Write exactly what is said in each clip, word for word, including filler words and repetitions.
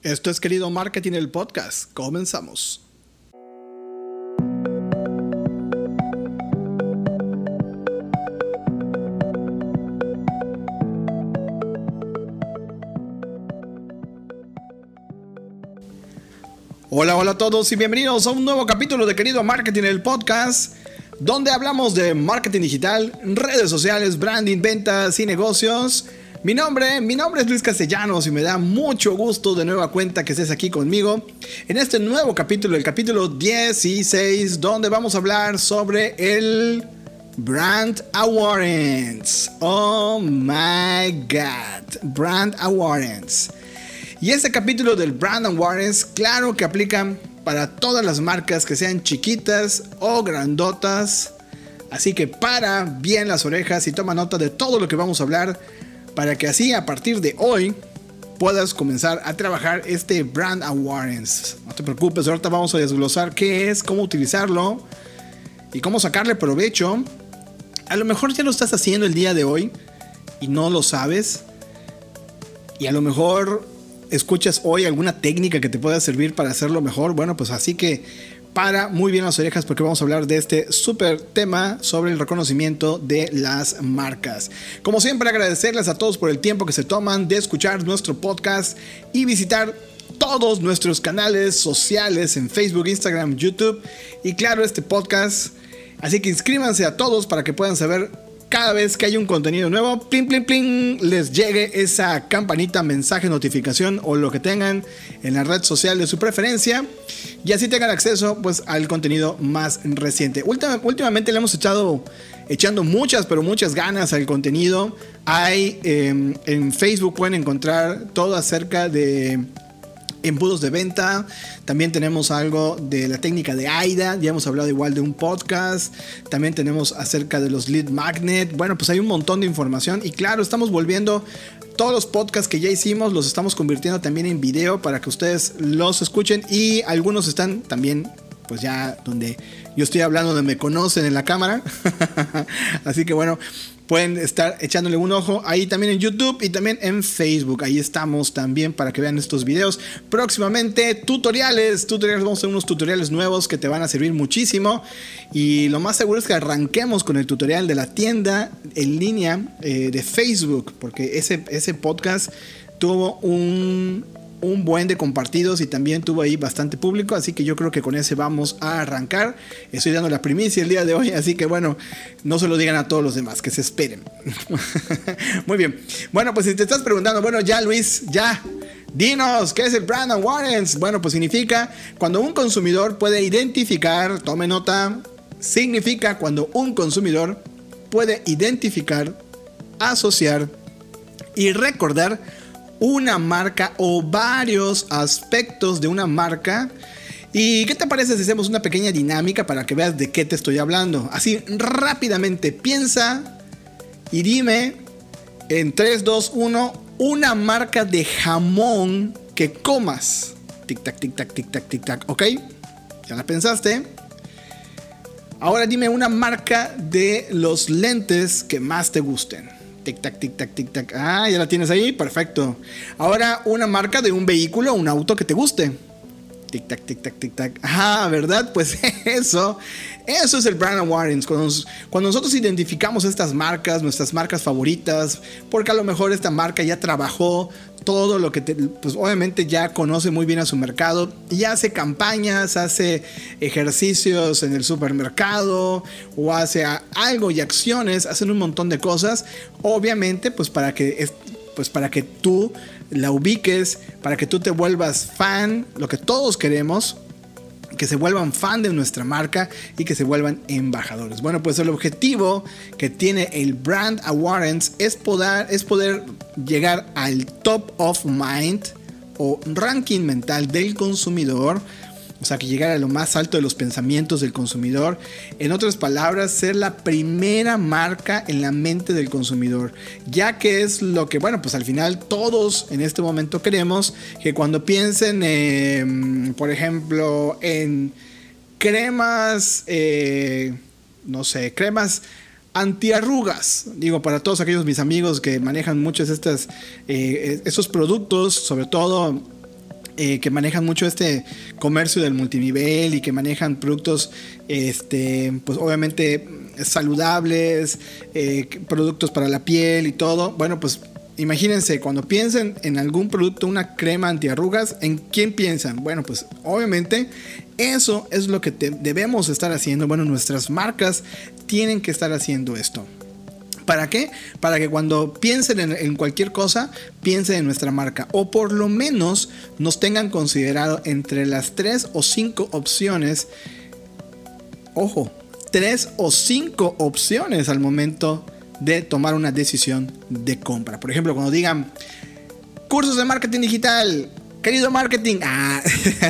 Esto es Querido Marketing, el podcast. Comenzamos. Hola, hola a todos y bienvenidos a un nuevo capítulo de Querido Marketing, el podcast, donde hablamos de marketing digital, redes sociales, branding, ventas y negocios. Mi nombre, mi nombre es Luis Castellanos y me da mucho gusto de nueva cuenta que estés aquí conmigo en este nuevo capítulo, el capítulo dieciséis, donde vamos a hablar sobre el Brand Awareness. Oh my God, Brand Awareness. Y este capítulo del Brand Awareness, claro que aplica para todas las marcas que sean chiquitas o grandotas. Así que para bien las orejas y toma nota de todo lo que vamos a hablar, para que así a partir de hoy puedas comenzar a trabajar este Brand Awareness. No te preocupes, ahorita vamos a desglosar qué es, cómo utilizarlo y cómo sacarle provecho. A lo mejor ya lo estás haciendo el día de hoy y no lo sabes. Y a lo mejor escuchas hoy alguna técnica que te pueda servir para hacerlo mejor. Bueno, pues así que para muy bien las orejas, porque vamos a hablar de este súper tema sobre el reconocimiento de las marcas. Como siempre, agradecerles a todos por el tiempo que se toman de escuchar nuestro podcast y visitar todos nuestros canales sociales en Facebook, Instagram, YouTube y claro, este podcast. Así que inscríbanse a todos para que puedan saber cada vez que hay un contenido nuevo, plin, plin, plin, les llegue esa campanita, mensaje, notificación o lo que tengan en la red social de su preferencia y así tengan acceso pues al contenido más reciente. Última, últimamente le hemos echado echando muchas, pero muchas ganas al contenido. Hay eh, en Facebook pueden encontrar todo acerca de embudos de venta. También tenemos algo de la técnica de AIDA. Ya hemos hablado igual de un podcast. También tenemos acerca de los lead magnet. Bueno, pues hay un montón de información. Y claro, estamos volviendo todos los podcasts que ya hicimos, los estamos convirtiendo también en video para que ustedes los escuchen. Y algunos están también pues ya donde yo estoy hablando, donde me conocen en la cámara. Así que bueno, pueden estar echándole un ojo ahí también en YouTube y también en Facebook. Ahí estamos también para que vean estos videos. Próximamente tutoriales, tutoriales, vamos a hacer unos tutoriales nuevos que te van a servir muchísimo. Y lo más seguro es que arranquemos con el tutorial de la tienda en línea eh, de Facebook, porque ese, ese podcast tuvo un... un buen de compartidos y también tuvo ahí bastante público, así que yo creo que con ese vamos a arrancar. Estoy dando la primicia el día de hoy, así que bueno, no se lo digan a todos los demás, que se esperen. Muy bien, bueno, pues si te estás preguntando, bueno, ya Luis, ya dinos, ¿qué es el Brand Awareness? Bueno, pues significa cuando un consumidor puede identificar, tome nota, significa cuando un consumidor puede identificar, asociar y recordar una marca o varios aspectos de una marca. ¿Y qué te parece si hacemos una pequeña dinámica para que veas de qué te estoy hablando? Así rápidamente piensa y dime en tres, dos, uno una marca de jamón que comas. Tic tac, tic tac, tic tac, tic tac. ¿Ok? ¿Ya la pensaste? Ahora dime una marca de los lentes que más te gusten. Tic tac, tic tac, tic tac. Ah, ya la tienes ahí, perfecto. Ahora una marca de un vehículo, un auto que te guste. Tic tac, tic tac, tic tac. Ah, ¿verdad? Pues eso, eso es el Brand Awareness. Cuando, nos, cuando nosotros identificamos estas marcas, nuestras marcas favoritas, porque a lo mejor esta marca ya trabajó todo lo que te, pues obviamente ya conoce muy bien a su mercado y hace campañas, hace ejercicios en el supermercado o hace algo y acciones, hacen un montón de cosas, obviamente pues para que, pues para que tú la ubiques, para que tú te vuelvas fan, lo que todos queremos, que se vuelvan fan de nuestra marca y que se vuelvan embajadores. Bueno, pues el objetivo que tiene el Brand Awareness es poder, es poder llegar al top of mind o ranking mental del consumidor. O sea, que llegar a lo más alto de los pensamientos del consumidor. En otras palabras, ser la primera marca en la mente del consumidor. Ya que es lo que, bueno, pues al final todos en este momento queremos que cuando piensen, eh, por ejemplo, en cremas, eh, no sé, cremas antiarrugas, digo, para todos aquellos mis amigos que manejan muchos estas, eh, estos productos, sobre todo Eh, que manejan mucho este comercio del multinivel y que manejan productos, este, pues obviamente saludables, eh, productos para la piel y todo. Bueno, pues imagínense, cuando piensen en algún producto, una crema antiarrugas, ¿en quién piensan? Bueno, pues obviamente eso es lo que te, debemos estar haciendo. Bueno, nuestras marcas tienen que estar haciendo esto. ¿Para qué? Para que cuando piensen en, en cualquier cosa, piensen en nuestra marca. O por lo menos nos tengan considerado entre las tres o cinco opciones. Ojo, tres o cinco opciones al momento de tomar una decisión de compra. Por ejemplo, cuando digan cursos de marketing digital, querido marketing, ah,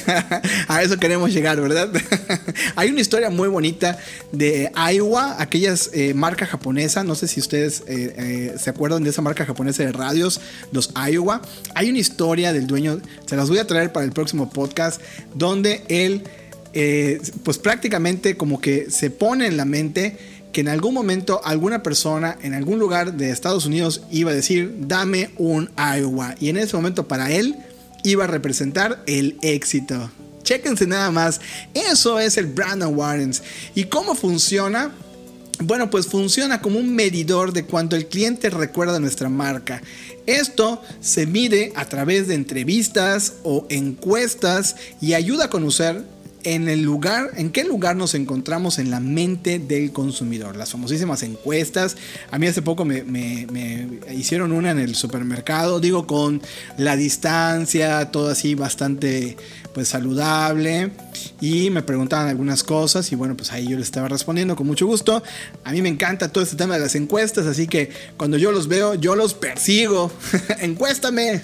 a eso queremos llegar, ¿verdad? Hay una historia muy bonita de Aiwa, aquellas eh, marca japonesa. No sé si ustedes eh, eh, se acuerdan de esa marca japonesa de radios, los Aiwa. Hay una historia del dueño, se las voy a traer para el próximo podcast, donde él, eh, pues prácticamente como que se pone en la mente que en algún momento alguna persona en algún lugar de Estados Unidos iba a decir, dame un Aiwa. Y en ese momento para él iba a representar el éxito. Chéquense nada más. Eso es el Brand Awareness. ¿Y cómo funciona? Bueno, pues funciona como un medidor de cuánto el cliente recuerda nuestra marca. Esto se mide a través de entrevistas o encuestas y ayuda a conocer en el lugar, en qué lugar nos encontramos en la mente del consumidor. Las famosísimas encuestas. A mí hace poco me, me, me hicieron una en el supermercado, digo, con la distancia, todo así bastante pues saludable, y me preguntaban algunas cosas y bueno, pues ahí yo les estaba respondiendo con mucho gusto. A mí me encanta todo este tema de las encuestas, así que cuando yo los veo, yo los persigo. Encuéstame.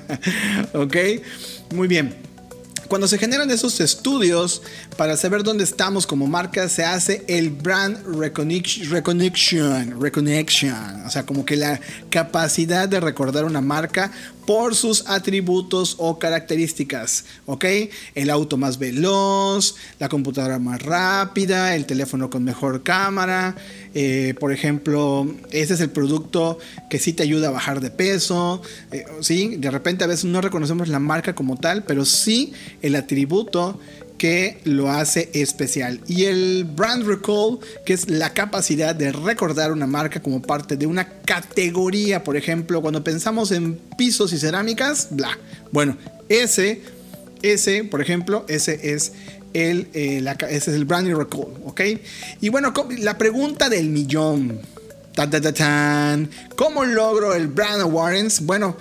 Ok, muy bien. Cuando se generan esos estudios para saber dónde estamos como marca, se hace el brand recognition, recognition, o sea, como que la capacidad de recordar una marca por sus atributos o características, ¿ok? El auto más veloz, la computadora más rápida, el teléfono con mejor cámara, eh, por ejemplo, ese es el producto que sí te ayuda a bajar de peso, eh, ¿sí? De repente a veces no reconocemos la marca como tal, pero sí el atributo que lo hace especial. Y el brand recall, que es la capacidad de recordar una marca como parte de una categoría. Por ejemplo, cuando pensamos en pisos y cerámicas, bla. Bueno, ese, ese, por ejemplo, ese es el, eh, la, ese es el brand recall, ¿ok? Y bueno, la pregunta del millón. Ta, ta, ta, tan. ¿Cómo logro el brand awareness? Bueno,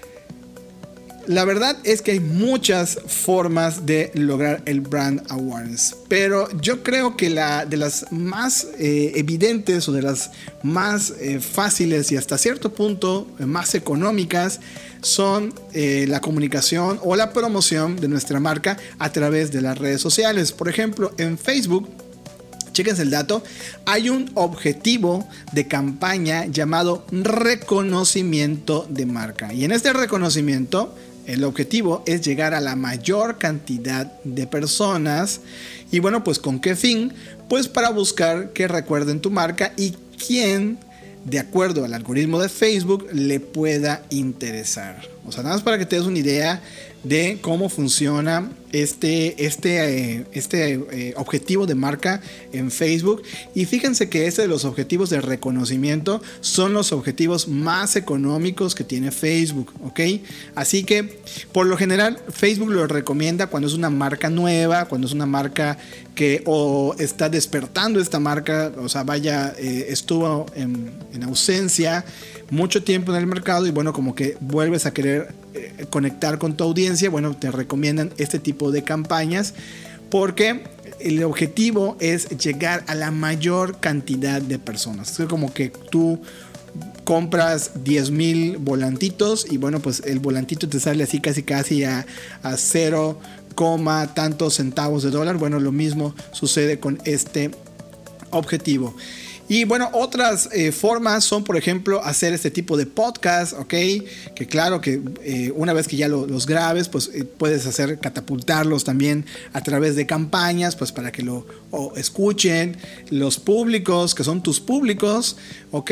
la verdad es que hay muchas formas de lograr el brand awareness, pero yo creo que la de las más eh, evidentes o de las más eh, fáciles y hasta cierto punto eh, más económicas son eh, la comunicación o la promoción de nuestra marca a través de las redes sociales. Por ejemplo, en Facebook, chéquense el dato, hay un objetivo de campaña llamado reconocimiento de marca. Y en este reconocimiento, el objetivo es llegar a la mayor cantidad de personas. Y bueno, pues ¿con qué fin? Pues para buscar que recuerden tu marca y quién, de acuerdo al algoritmo de Facebook, le pueda interesar. O sea, nada más para que te des una idea de cómo funciona este, este, eh, este eh, objetivo de marca en Facebook. Y fíjense que este de los objetivos de reconocimiento son los objetivos más económicos que tiene Facebook, ¿ok? Así que por lo general Facebook lo recomienda cuando es una marca nueva, cuando es una marca que o está despertando esta marca, o sea, vaya, eh, estuvo en, en ausencia mucho tiempo en el mercado y bueno, como que vuelves a querer eh, conectar con tu audiencia. Bueno, te recomiendan este tipo de campañas porque el objetivo es llegar a la mayor cantidad de personas. Es como que tú compras diez mil volantitos y bueno, pues el volantito te sale así casi casi a, a cero coma tantos centavos de dólar. Bueno, lo mismo sucede con este objetivo. Y bueno, otras eh, formas son, por ejemplo, hacer este tipo de podcast, ¿ok? Que claro que eh, una vez que ya lo, los grabes, pues eh, puedes hacer catapultarlos también a través de campañas, pues para que lo o escuchen los públicos, que son tus públicos, ¿ok?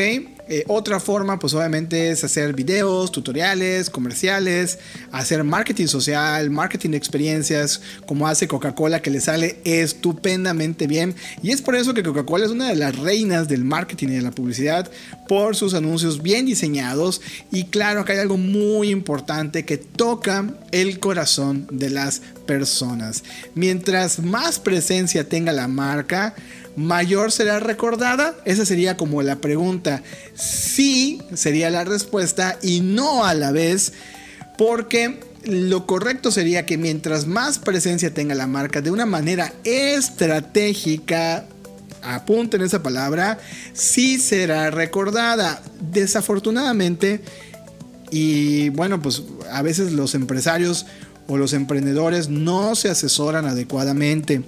Eh, otra forma, pues obviamente es hacer videos, tutoriales, comerciales, hacer marketing social, marketing de experiencias, como hace Coca-Cola, que le sale estupendamente bien. Y es por eso que Coca-Cola es una de las reinas del marketing y de la publicidad, por sus anuncios bien diseñados. Y claro, acá hay algo muy importante que toca el corazón de las personas. Mientras más presencia tenga la marca, mayor será recordada. Esa sería como la pregunta. Sí sería la respuesta y no a la vez, porque lo correcto sería que mientras más presencia tenga la marca de una manera estratégica, apunten esa palabra, sí será recordada. Desafortunadamente, y bueno, pues a veces los empresarios o los emprendedores no se asesoran adecuadamente.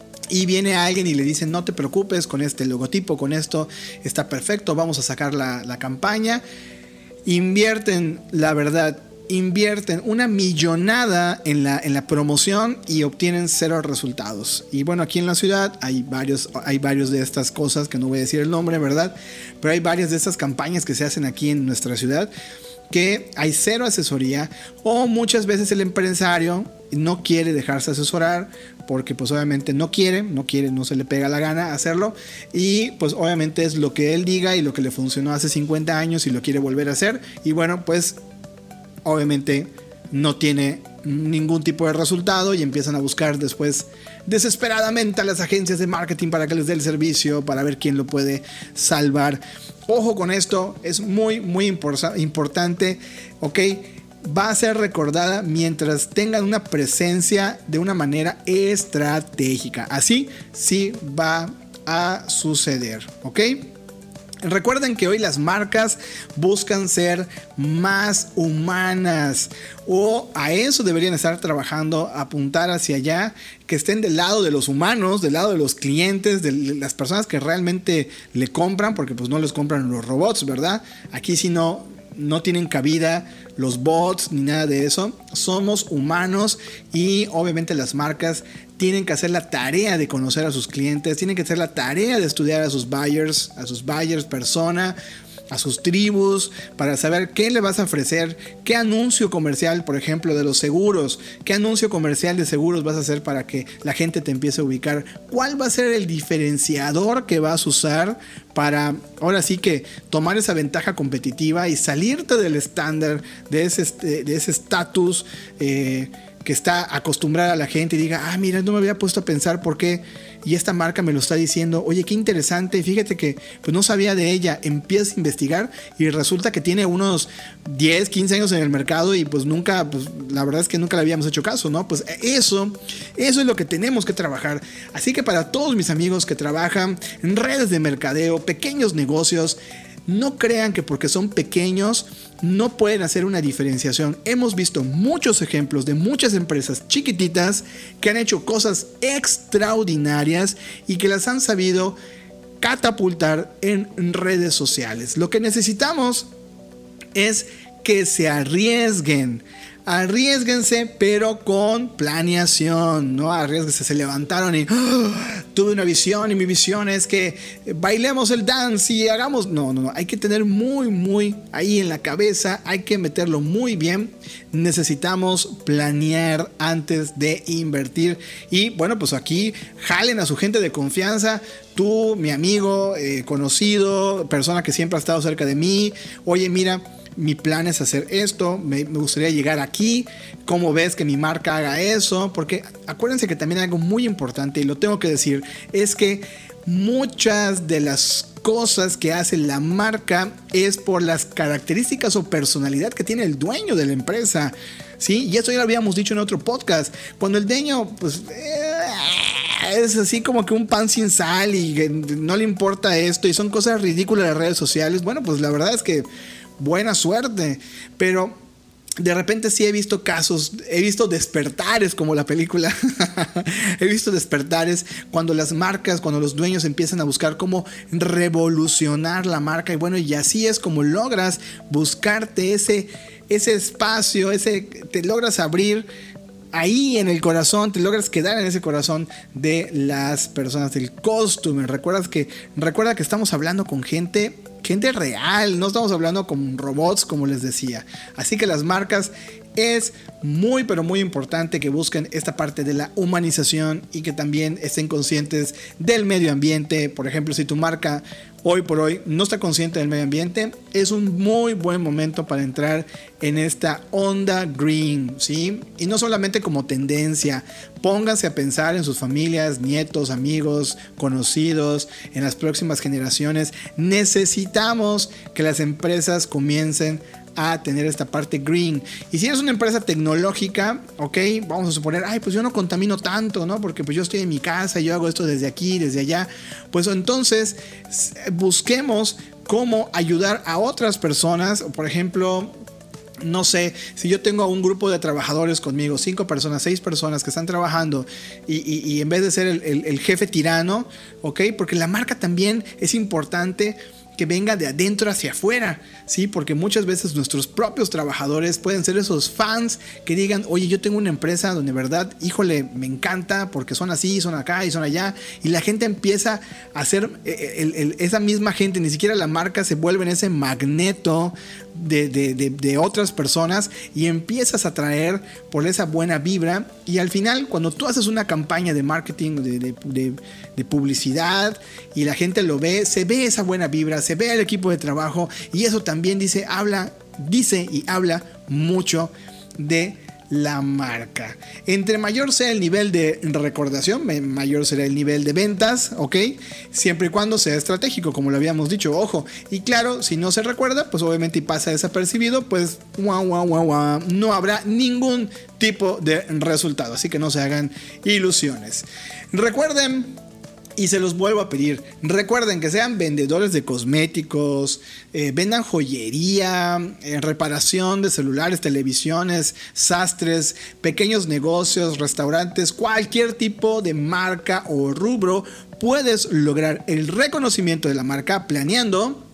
Y viene alguien y le dice: no te preocupes, con este logotipo, con esto está perfecto, vamos a sacar la, la campaña. Invierten, la verdad, invierten una millonada en la, en la promoción y obtienen cero resultados. Y bueno, aquí en la ciudad hay varios, hay varios de estas cosas, que no voy a decir el nombre, ¿verdad? Pero hay varias de estas campañas que se hacen aquí en nuestra ciudad, que hay cero asesoría, o muchas veces el empresario no quiere dejarse asesorar porque pues obviamente no quiere, no quiere, no se le pega la gana hacerlo, y pues obviamente es lo que él diga y lo que le funcionó hace cincuenta años y lo quiere volver a hacer, y bueno, pues obviamente no tiene ningún tipo de resultado y empiezan a buscar después desesperadamente a las agencias de marketing para que les dé el servicio, para ver quién lo puede salvar. Ojo con esto, es muy muy impor- importante, ok. Va a ser recordada mientras tengan una presencia de una manera estratégica. Así sí va a suceder, ¿ok? Recuerden que hoy las marcas buscan ser más humanas, o a eso deberían estar trabajando, apuntar hacia allá, que estén del lado de los humanos, del lado de los clientes, de las personas que realmente le compran, porque pues no les compran los robots, ¿verdad? Aquí sí no, no tienen cabida los bots ni nada de eso. Somos humanos y obviamente las marcas tienen que hacer la tarea de conocer a sus clientes, tienen que hacer la tarea de estudiar a sus buyers, a sus buyers persona, a sus tribus, para saber qué le vas a ofrecer, qué anuncio comercial, por ejemplo, de los seguros, qué anuncio comercial de seguros vas a hacer para que la gente te empiece a ubicar, cuál va a ser el diferenciador que vas a usar para, ahora sí que, tomar esa ventaja competitiva y salirte del estándar, de ese de ese estatus eh, que está acostumbrada a la gente, y diga: ah, mira, no me había puesto a pensar por qué, y esta marca me lo está diciendo, oye, qué interesante, fíjate que pues no sabía de ella. Empiezas a investigar y resulta que tiene unos diez, quince años en el mercado y pues nunca, pues la verdad es que nunca le habíamos hecho caso, ¿no? Pues eso, eso es lo que tenemos que trabajar. Así que para todos mis amigos que trabajan en redes de mercadeo, pequeños negocios, no crean que porque son pequeños no pueden hacer una diferenciación. Hemos visto muchos ejemplos de muchas empresas chiquititas que han hecho cosas extraordinarias y que las han sabido catapultar en redes sociales. Lo que necesitamos es que se arriesguen. Arriésguense, pero con planeación, ¿no? Arriésguense, se levantaron y ¡oh! Tuve una visión, y mi visión es que bailemos el dance y hagamos. No, no, no. Hay que tener muy, muy ahí en la cabeza. Hay que meterlo muy bien. Necesitamos planear antes de invertir. Y bueno, pues aquí jalen a su gente de confianza. Tú, mi amigo, eh, conocido, persona que siempre ha estado cerca de mí. Oye, mira, mi plan es hacer esto, me, me gustaría llegar aquí, ¿cómo ves que mi marca haga eso? Porque acuérdense que también hay algo muy importante, y lo tengo que decir, es que muchas de las cosas que hace la marca es por las características o personalidad que tiene el dueño de la empresa, ¿sí? Y eso ya lo habíamos dicho en otro podcast. Cuando el dueño, pues, eh, es así como que un pan sin sal y no le importa esto y son cosas ridículas en las redes sociales, bueno, pues la verdad es que buena suerte, pero de repente sí he visto casos, he visto despertares como la película, he visto despertares cuando las marcas, cuando los dueños empiezan a buscar cómo revolucionar la marca, y bueno, y así es como logras buscarte ese, ese espacio, ese, te logras abrir ahí en el corazón, te logras quedar en ese corazón de las personas, del customer. Recuerdas que, recuerda que estamos hablando con gente, gente real, no estamos hablando con robots, como les decía. Así que las marcas es muy pero muy importante que busquen esta parte de la humanización y que también estén conscientes del medio ambiente. Por ejemplo, si tu marca hoy por hoy no está consciente del medio ambiente, es un muy buen momento para entrar en esta onda green, ¿sí? Y no solamente como tendencia, pónganse a pensar en sus familias, nietos, amigos, conocidos, en las próximas generaciones. Necesitamos que las empresas comiencen a tener esta parte green. Y si eres una empresa tecnológica, ok, vamos a suponer, ay, pues yo no contamino tanto, ¿no? Porque pues yo estoy en mi casa, yo hago esto desde aquí, desde allá. Pues entonces busquemos cómo ayudar a otras personas. Por ejemplo, no sé, si yo tengo un grupo de trabajadores conmigo, cinco personas, seis personas que están trabajando y, y, y en vez de ser el, el, el jefe tirano, ok, porque la marca también es importante que venga de adentro hacia afuera, ¿sí? Porque muchas veces nuestros propios trabajadores pueden ser esos fans que digan, oye, yo tengo una empresa donde, verdad, híjole, me encanta porque son así, son acá y son allá, y la gente empieza a hacer, el, el, esa misma gente, ni siquiera la marca se vuelve en ese magneto de, de, de, de otras personas y empiezas a traer por esa buena vibra. Y al final, cuando tú haces una campaña de marketing, de, de, de, de publicidad, y la gente lo ve, se ve esa buena vibra, se ve el equipo de trabajo, y eso también dice, habla, dice y habla mucho de la marca. Entre mayor sea el nivel de recordación, mayor será el nivel de ventas, ¿ok? Siempre y cuando sea estratégico, como lo habíamos dicho, ojo. Y claro, si no se recuerda, pues obviamente y pasa desapercibido, pues guau, guau, guau, guau, no habrá ningún tipo de resultado. Así que no se hagan ilusiones. Recuerden, y se los vuelvo a pedir, recuerden que sean vendedores de cosméticos, eh, vendan joyería, eh, reparación de celulares, televisiones, sastres, pequeños negocios, restaurantes, cualquier tipo de marca o rubro, puedes lograr el reconocimiento de la marca planeando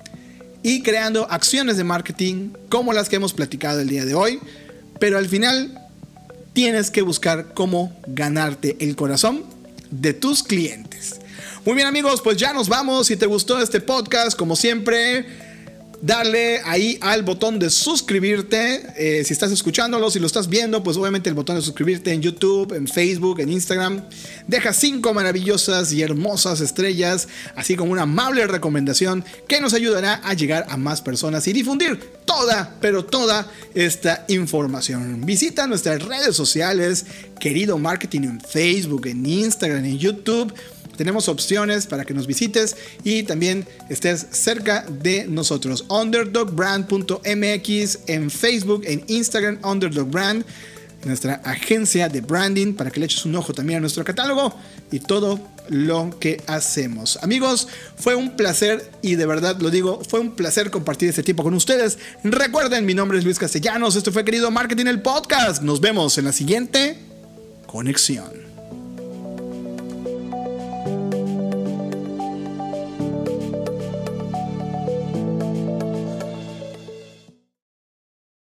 y creando acciones de marketing como las que hemos platicado el día de hoy, pero al final tienes que buscar cómo ganarte el corazón de tus clientes. Muy bien, amigos, pues ya nos vamos. Si te gustó este podcast, como siempre, darle ahí al botón de suscribirte. Eh, si estás escuchándolo, si lo estás viendo, pues obviamente el botón de suscribirte en YouTube, en Facebook, en Instagram. Deja cinco maravillosas y hermosas estrellas, así como una amable recomendación que nos ayudará a llegar a más personas y difundir toda, pero toda esta información. Visita nuestras redes sociales, Querido Marketing, en Facebook, en Instagram, en YouTube. Tenemos opciones para que nos visites y también estés cerca de nosotros. underdog brand punto m x en Facebook, en Instagram, Underdog Brand, nuestra agencia de branding, para que le eches un ojo también a nuestro catálogo y todo lo que hacemos. Amigos, fue un placer, y de verdad lo digo, fue un placer compartir este tiempo con ustedes. Recuerden, mi nombre es Luis Castellanos, esto fue Querido Marketing, el podcast. Nos vemos en la siguiente conexión.